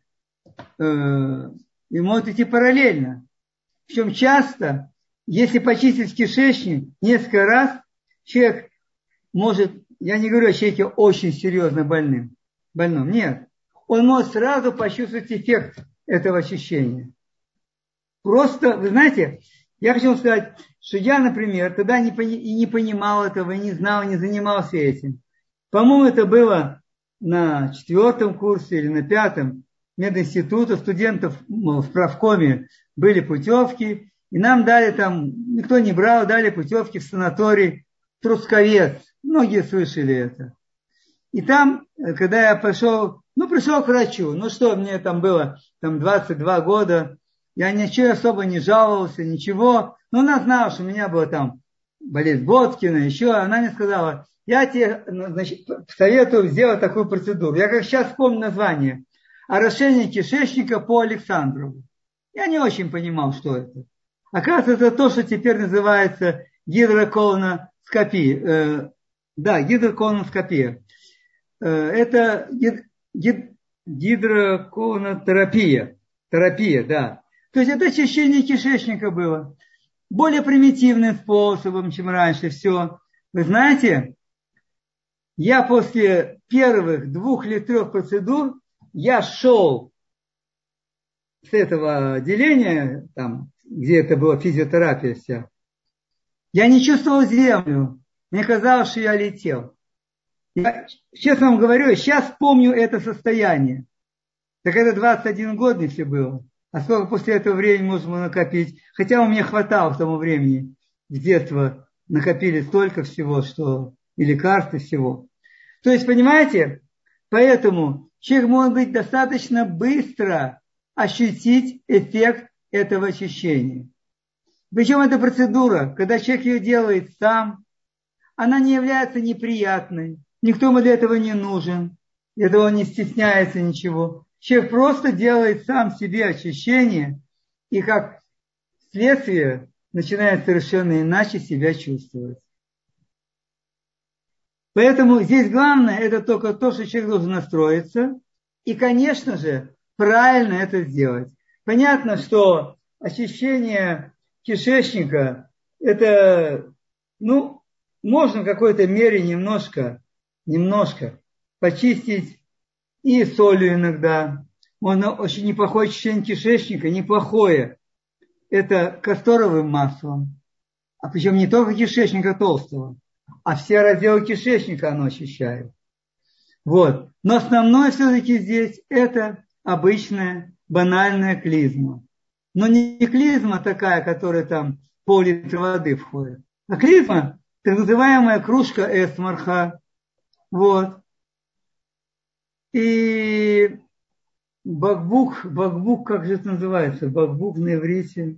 и может идти параллельно. Причем часто, если почистить кишечник несколько раз, человек может, я не говорю о человеке очень серьезно больном, нет. Он может сразу почувствовать эффект этого очищения. Просто, вы знаете, я хочу вам сказать, что я, например, тогда не понимал этого, и не знал, не занимался этим. По-моему, это было на 4 курсе или на 5 мединститута, студентов в правкоме были путевки, и нам дали там, никто не брал, дали путевки в санаторий Трусковец. Многие слышали это. И там, когда я пришел к врачу, мне там было, 22 года, я ничего особо не жаловался, ничего, но она знала, что у меня была там болезнь Боткина, еще, она мне сказала, я тебе, советую сделать такую процедуру. Я как сейчас помню название, орошение кишечника по Александрову. Я не очень понимал, что это. Оказывается, это то, что теперь называется гидроколоноскопия. Гидроколоноскопия. Это гидроколонотерапия. Терапия, да. То есть это очищение кишечника было. Более примитивным способом, чем раньше. Все. Вы знаете, я после первых 2 или 3 процедур, я шел с этого отделения, там, где это была физиотерапия вся. Я не чувствовал землю. Мне казалось, что я летел. Я, честно вам говорю, сейчас помню это состояние. Так это 21 год мне все было. А сколько после этого времени можно накопить? Хотя у меня хватало к тому времени. С детства накопили столько всего, что и лекарств, и всего. То есть, понимаете, поэтому человек может быть достаточно быстро ощутить эффект этого очищения. Причем эта процедура, когда человек ее делает сам, она не является неприятной. Никто ему для этого не нужен. Для этого он не стесняется ничего. Человек просто делает сам себе очищение и как следствие начинает совершенно иначе себя чувствовать. Поэтому здесь главное это только то, что человек должен настроиться и, конечно же, правильно это сделать. Понятно, что очищение кишечника это, можно в какой-то мере немножко почистить и солью иногда. Можно очень неплохое очищение кишечника, неплохое. Это касторовым маслом. А причем не только кишечника толстого, а все разделы кишечника оно очищает. Вот. Но основное все-таки здесь это обычная банальная клизма. Но не клизма такая, которая там пол-литра воды входит, а клизма, так называемая кружка эсмарха. Вот. И бакбук, как же это называется? Бакбук на иврите.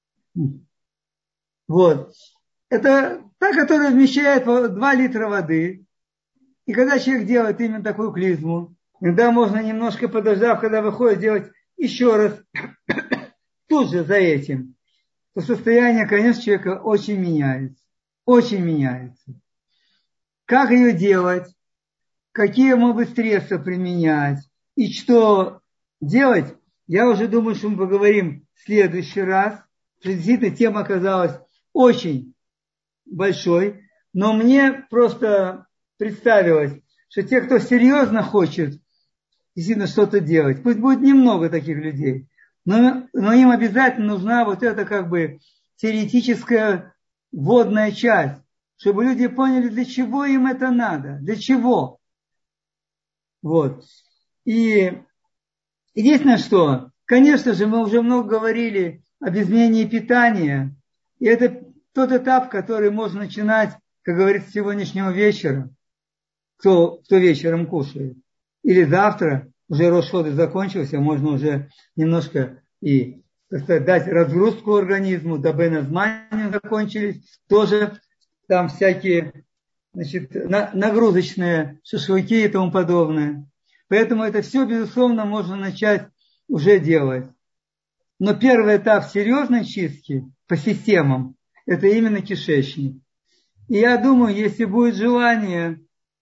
Вот. Это та, которая вмещает 2 литра воды. И когда человек делает именно такую клизму, иногда можно немножко подождав, когда выходит, делать еще раз тут же за этим, то состояние, конечно, человека очень меняется. Очень меняется. Как ее делать? Какие могут средства применять? И что делать? Я уже думаю, что мы поговорим в следующий раз. Что действительно тема оказалась очень большой. Но мне просто представилось, что те, кто серьезно хочет действительно что-то делать, пусть будет немного таких людей, но им обязательно нужна вот эта как бы теоретическая вводная часть, чтобы люди поняли, для чего им это надо, для чего. Вот. И единственное, что, конечно же, мы уже много говорили об изменении питания, и это тот этап, который можно начинать, как говорится, с сегодняшнего вечера, кто вечером кушает. Или завтра, уже Рош ходеш закончился, можно уже немножко и, так сказать, дать разгрузку организму, дабы названия закончились, тоже там всякие, значит, нагрузочные шашлыки и тому подобное. Поэтому это все, безусловно, можно начать уже делать. Но первый этап серьезной чистки по системам – это именно кишечник. И я думаю, если будет желание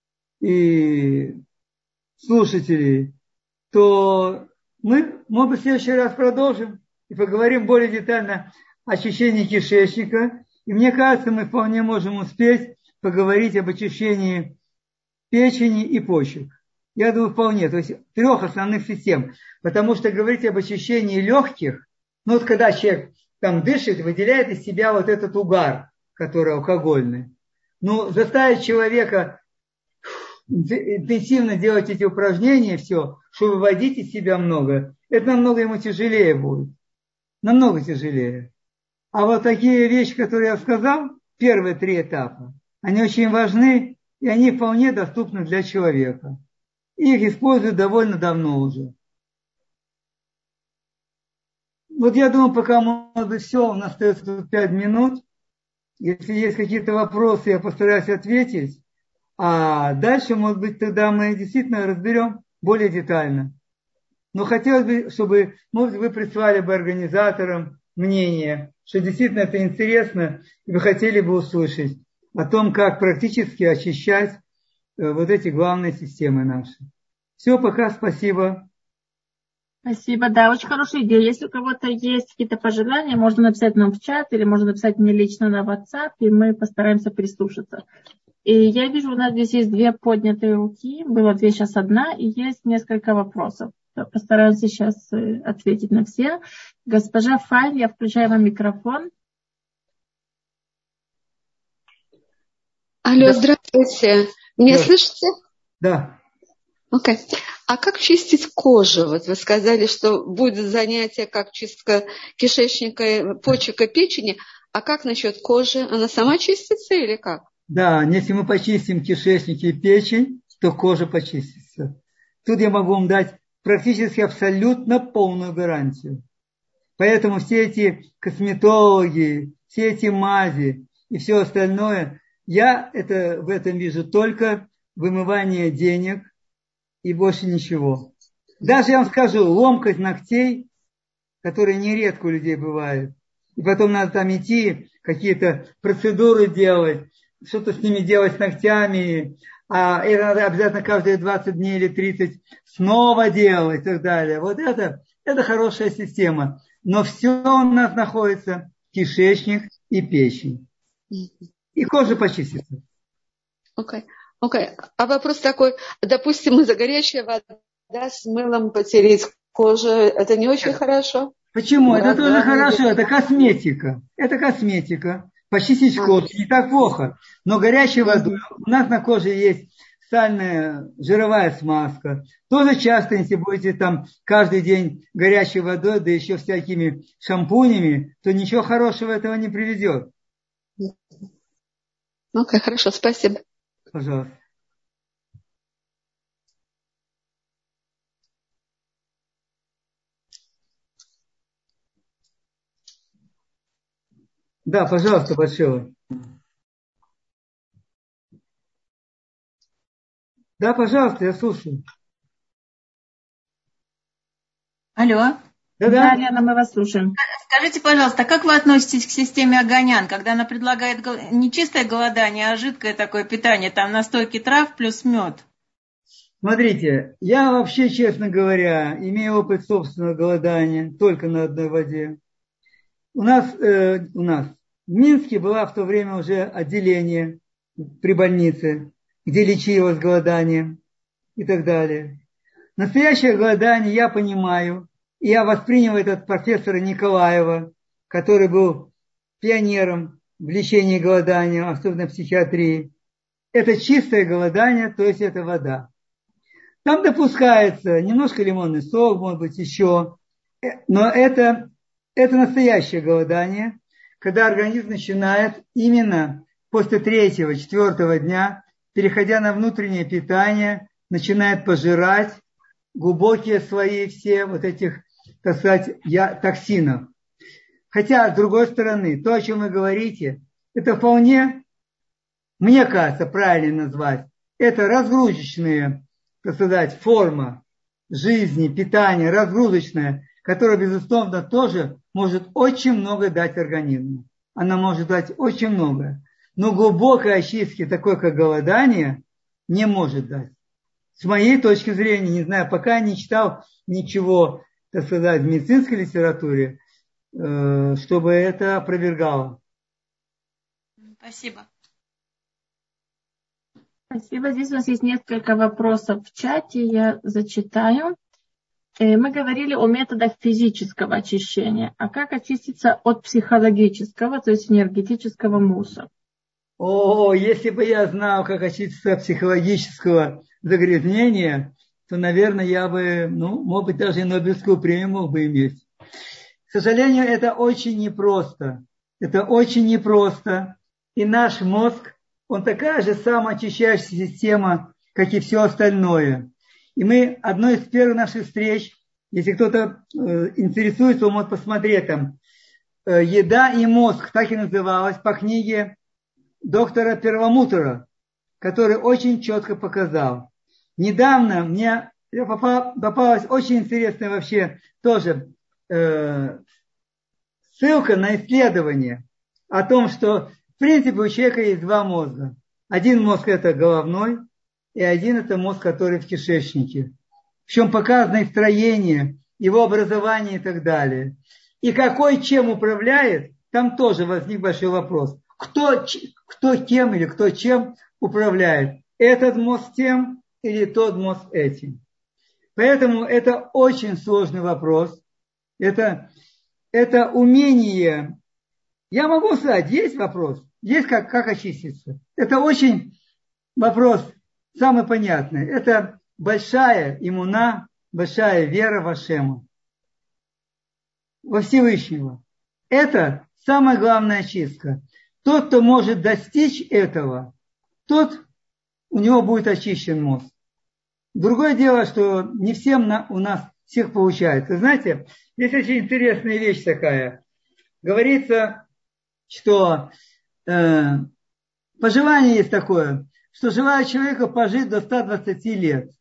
и слушателей, то мы, может быть, в следующий раз продолжим и поговорим более детально о очищении кишечника. И мне кажется, мы вполне можем успеть поговорить об очищении печени и почек. Я думаю, вполне. То есть трех основных систем. Потому что говорить об очищении легких, ну вот когда человек там дышит, выделяет из себя вот этот угар, который алкогольный. Ну, заставить человека интенсивно делать эти упражнения, все, чтобы выводить из себя много, это намного ему тяжелее будет. Намного тяжелее. А вот такие вещи, которые я сказал, первые три этапа, они очень важны, и они вполне доступны для человека. И их используют довольно давно уже. Вот я думаю, пока, может быть, все, у нас остается тут 5 минут. Если есть какие-то вопросы, я постараюсь ответить. А дальше, может быть, тогда мы действительно разберем более детально. Но хотелось бы, чтобы, может, вы прислали бы организаторам мнение, что действительно это интересно, и вы хотели бы услышать о том, как практически очищать вот эти главные системы наши. Все, пока, спасибо. Спасибо, да, очень хорошая идея. Если у кого-то есть какие-то пожелания, можно написать нам в чат или можно написать мне лично на WhatsApp, и мы постараемся прислушаться. И я вижу, у нас здесь есть 2 поднятые руки, было 2, сейчас 1, и есть несколько вопросов. Постараемся сейчас ответить на все. Госпожа Файн, я включаю вам микрофон. Алло, Да. здравствуйте. Меня Да. слышите? Да. Окей. А как чистить кожу? Вот вы сказали, что будет занятие как чистка кишечника, почек и печени. А как насчет кожи? Она сама чистится или как? Да, если мы почистим кишечник и печень, то кожа почистится. Тут я могу вам дать практически абсолютно полную гарантию. Поэтому все эти косметологи, все эти мази и все остальное, я в этом вижу только вымывание денег и больше ничего. Даже я вам скажу, ломкость ногтей, которая нередко у людей бывает, и потом надо там идти, какие-то процедуры делать, что-то с ними делать с ногтями, а это надо обязательно каждые 20 дней или 30 снова делать и так далее. Вот это хорошая система. Но все у нас находится кишечник и печень. И кожа почистится. Окей. Окей. А вопрос такой, допустим, из-за горячая вода с мылом потереть кожу, это не очень хорошо? Почему? Это тоже Глаза, хорошо, ноги. это косметика. Это косметика. Почистить кожу не так плохо. Но горячей водой. У нас на коже есть сальная жировая смазка. Тоже часто, если будете там каждый день горячей водой, да еще всякими шампунями, то ничего хорошего этого не приведет. Окей, хорошо, спасибо. Пожалуйста. Да, пожалуйста, большое. Да, пожалуйста, я слушаю. Алло. Да, Лена, мы вас слушаем. Скажите, пожалуйста, как вы относитесь к системе Аганян, когда она предлагает не чистое голодание, а жидкое такое питание, там настойки трав плюс мед? Смотрите, я вообще, честно говоря, имею опыт собственного голодания только на одной воде. У нас в Минске было в то время уже отделение при больнице, где лечилось голодание и так далее. Настоящее голодание я понимаю, и я воспринял это от профессора Николаева, который был пионером в лечении голодания, особенно в психиатрии. Это чистое голодание, то есть это вода. Там допускается немножко лимонный сок, может быть, еще. Но это настоящее голодание, когда организм начинает именно после 3-4 дня, переходя на внутреннее питание, начинает пожирать глубокие слои все вот этих, так сказать, токсинов. Хотя, с другой стороны, то, о чем вы говорите, это вполне, мне кажется, правильно назвать, это разгрузочные, так сказать, форма жизни, питания, разгрузочная, которая, безусловно, тоже может очень много дать организму. Она может дать очень много. Но глубокой очистки, такой как голодание, не может дать. С моей точки зрения, не знаю, пока не читал ничего, так сказать, в медицинской литературе, чтобы это опровергало. Спасибо. Спасибо. Здесь у нас есть несколько вопросов в чате, я зачитаю. Мы говорили о методах физического очищения. А как очиститься от психологического, то есть энергетического мусора? Если бы я знал, как очиститься от психологического загрязнения, то, наверное, я бы, может быть, даже и Нобелевскую премию мог бы иметь. К сожалению, это очень непросто. Это очень непросто. И наш мозг, он такая же самоочищающая система, как и все остальное. И мы, одной из первых наших встреч, если кто-то интересуется, он может посмотреть там, «Еда и мозг», так и называлась, по книге доктора Первомутера, который очень четко показал. Недавно мне попалась очень интересная вообще тоже ссылка на исследование о том, что в принципе у человека есть два мозга. Один мозг это головной, и один это мозг, который в кишечнике. Причем показано их строение, его образование и так далее. И какой чем управляет, там тоже возник большой вопрос. Кто кем или кто чем управляет? Этот мозг тем или тот мозг этим? Поэтому это очень сложный вопрос. Это умение. Я могу сказать, есть вопрос, есть как очиститься. Это очень вопрос самый понятный. Это большая иммуна, большая вера в Ашема, во Всевышнего. Это самая главная очистка. Тот, кто может достичь этого, тот, у него будет очищен мозг. Другое дело, что не всем у нас всех получается. Знаете, есть очень интересная вещь такая. Говорится, что пожелание есть такое, что желаю человека пожить до 120 лет.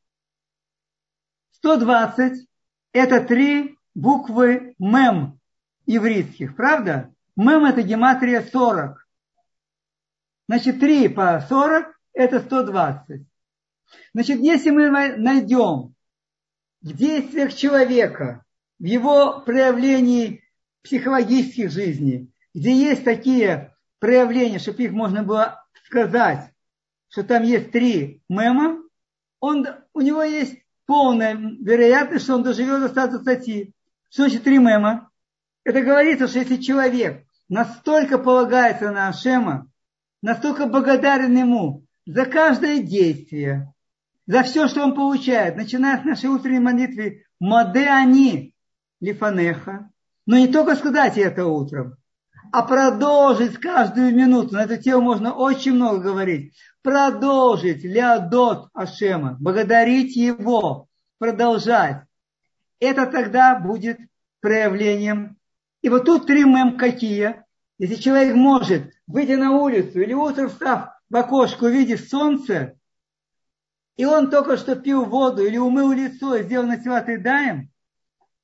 120 – это 3 буквы мем ивритских, правда? Мем – это гематрия 40. Значит, 3 по 40 – это 120. Значит, если мы найдем в действиях человека, в его проявлении психологических жизней, где есть такие проявления, чтобы их можно было сказать, что там есть 3 мема, у него есть полная вероятность, что он доживет до 120. Что значит 3 мема? Это говорится, что если человек настолько полагается на Ашема, настолько благодарен ему за каждое действие, за все, что он получает, начиная с нашей утренней молитвы «Моде ани лифанеха», но не только сказать это утром, а продолжить каждую минуту. На эту тему можно очень много говорить. Продолжить леодот Ашема, благодарить его, продолжать. Это тогда будет проявлением. И вот тут 3 мем какие. Если человек может выйти на улицу или утром встав в окошко, увидев солнце, и он только что пил воду или умыл лицо и сделал насилат едаем,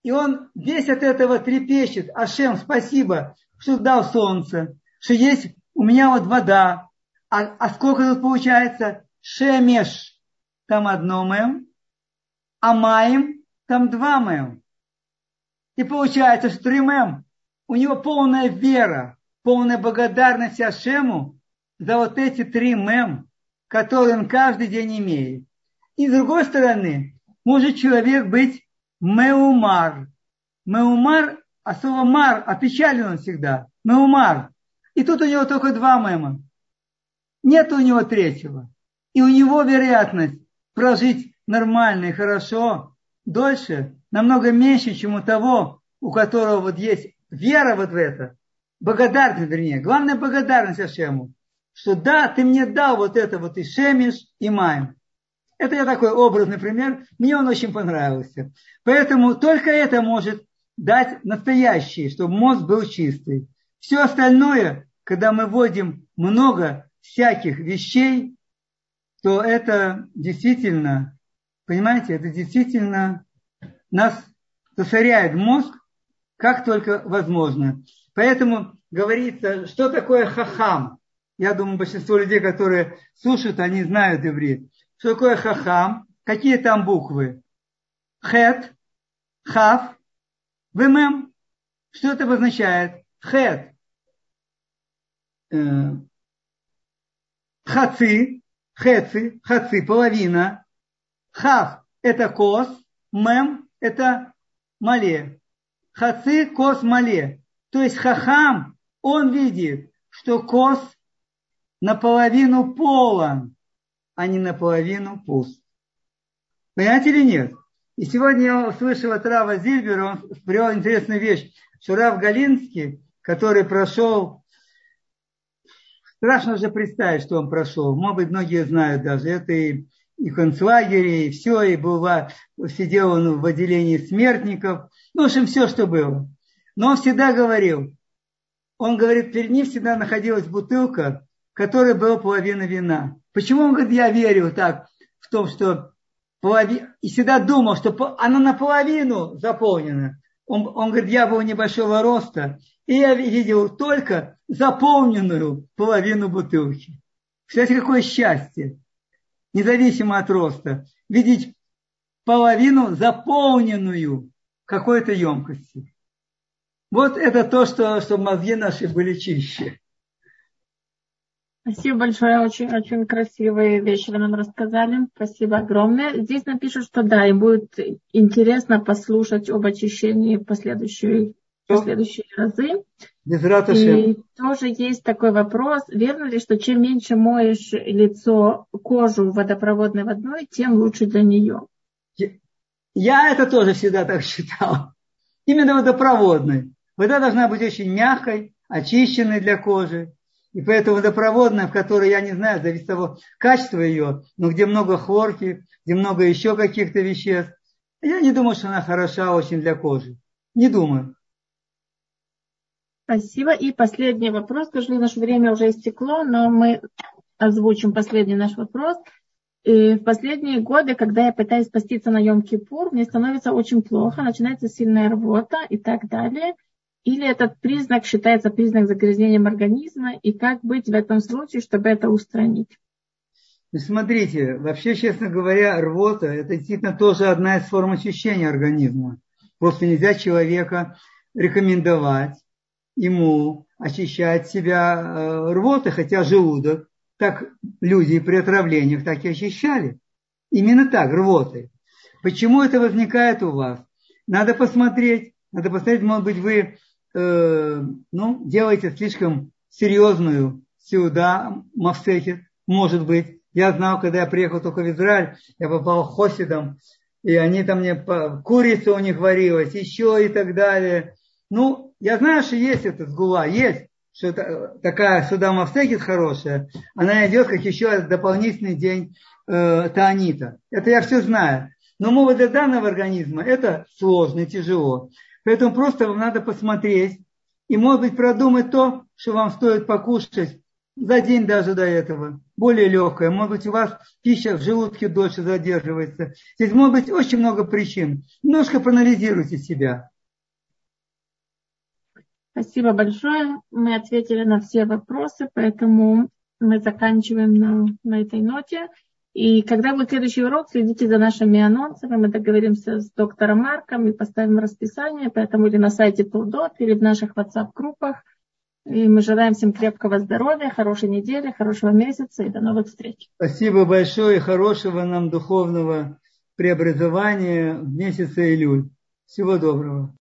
И он весь от этого трепещет. Ашем, спасибо, что дал солнце, что есть у меня вот вода. А сколько тут получается? Шемеш, там 1 мэм, а маем, там 2 мэм. И получается, что 3 мэм. У него полная вера, полная благодарность Ашему за вот эти 3 мэм, которые он каждый день имеет. И с другой стороны, может человек быть меумар. Меумар, а слово мар, опечален он всегда. Меумар. И тут у него только 2 мэма. Нет у него 3-го. И у него вероятность прожить нормально и хорошо дольше намного меньше, чем у того, у которого вот есть вера вот в это. Благодарность, вернее. Главная благодарность Ашему. Что да, ты мне дал вот это вот и шемиш, и маем. Это я такой образный пример. Мне он очень понравился. Поэтому только это может дать настоящий, чтобы мозг был чистый. Все остальное, когда мы вводим много всяких вещей, то это действительно, понимаете, это действительно нас засоряет мозг, как только возможно. Поэтому говорится, что такое хахам. Я думаю, большинство людей, которые слушают, они знают иврит. Что такое хахам? Какие там буквы? Хет, хав, вмем. Что это обозначает? Хет. Хаци, хаци, половина. Хав – это кос, мем – это мале. Хаци, кос, мале. То есть хахам, он видит, что кос наполовину полон, а не наполовину пуст. Понимаете или нет? И сегодня я услышал от Рава Зильбера, он привел интересную вещь, что Рав Галинский, который прошел, страшно уже представить, что он прошел, может быть, многие знают даже, это и в концлагере, и все, и сидел он в отделении смертников, ну, в общем, все, что было. Но он всегда говорил, он говорит, перед ним всегда находилась бутылка, в которой была половина вина. Почему он говорит, я верю так в том, что и всегда думал, что она наполовину заполнена. Он говорит, я был небольшого роста, и я видел только заполненную половину бутылки. Кстати, какое счастье, независимо от роста, видеть половину заполненную какой-то емкостью. Вот это то, что мозги наши были чище. Спасибо большое, очень, очень красивые вещи вы нам рассказали. Спасибо огромное. Здесь напишут, что да, им будет интересно послушать об очищении в последующие разы. И тоже есть такой вопрос. Верно ли, что чем меньше моешь лицо, кожу водопроводной водой, тем лучше для нее? Я это тоже всегда так считал. Именно водопроводной. Вода должна быть очень мягкой, очищенной для кожи. И поэтому водопроводная, в которой, я не знаю, зависит от того качества ее, но где много хлорки, где много еще каких-то веществ, я не думаю, что она хороша очень для кожи. Не думаю. Спасибо. И последний вопрос. К сожалению, наше время уже истекло, но мы озвучим последний наш вопрос. И в последние годы, когда я пытаюсь поститься на Йом-Кипур, мне становится очень плохо, начинается сильная рвота и так далее. Или этот признак считается признак загрязнением организма, и как быть в этом случае, чтобы это устранить? Смотрите, вообще, честно говоря, рвота – это действительно тоже одна из форм очищения организма. Просто нельзя человека рекомендовать ему очищать себя рвотой, хотя желудок, так люди при отравлениях так и очищали. Именно так, рвотой. Почему это возникает у вас? Надо посмотреть, может быть, вы делаете слишком серьезную сеуда, мафсехет, может быть. Я знал, когда я приехал только в Израиль, я попал к хосидам, и они там мне, курица у них варилась, еще и так далее. Я знаю, что есть эта сгула, есть, что это такая сеуда мафсехет хорошая, она идет как еще дополнительный день таанита. Это я все знаю. Но для данного организма это сложно и тяжело. Поэтому просто вам надо посмотреть и, может быть, продумать то, что вам стоит покушать за день даже до этого, более легкая. Может быть, у вас пища в желудке дольше задерживается. Здесь может быть очень много причин. Немножко проанализируйте себя. Спасибо большое. Мы ответили на все вопросы, поэтому мы заканчиваем на этой ноте. И когда будет следующий урок, следите за нашими анонсами. Мы договоримся с доктором Марком и поставим расписание, поэтому или на сайте Тулдот, или в наших WhatsApp-группах. И мы желаем всем крепкого здоровья, хорошей недели, хорошего месяца и до новых встреч. Спасибо большое и хорошего нам духовного преобразования в месяце Илюль. Всего доброго.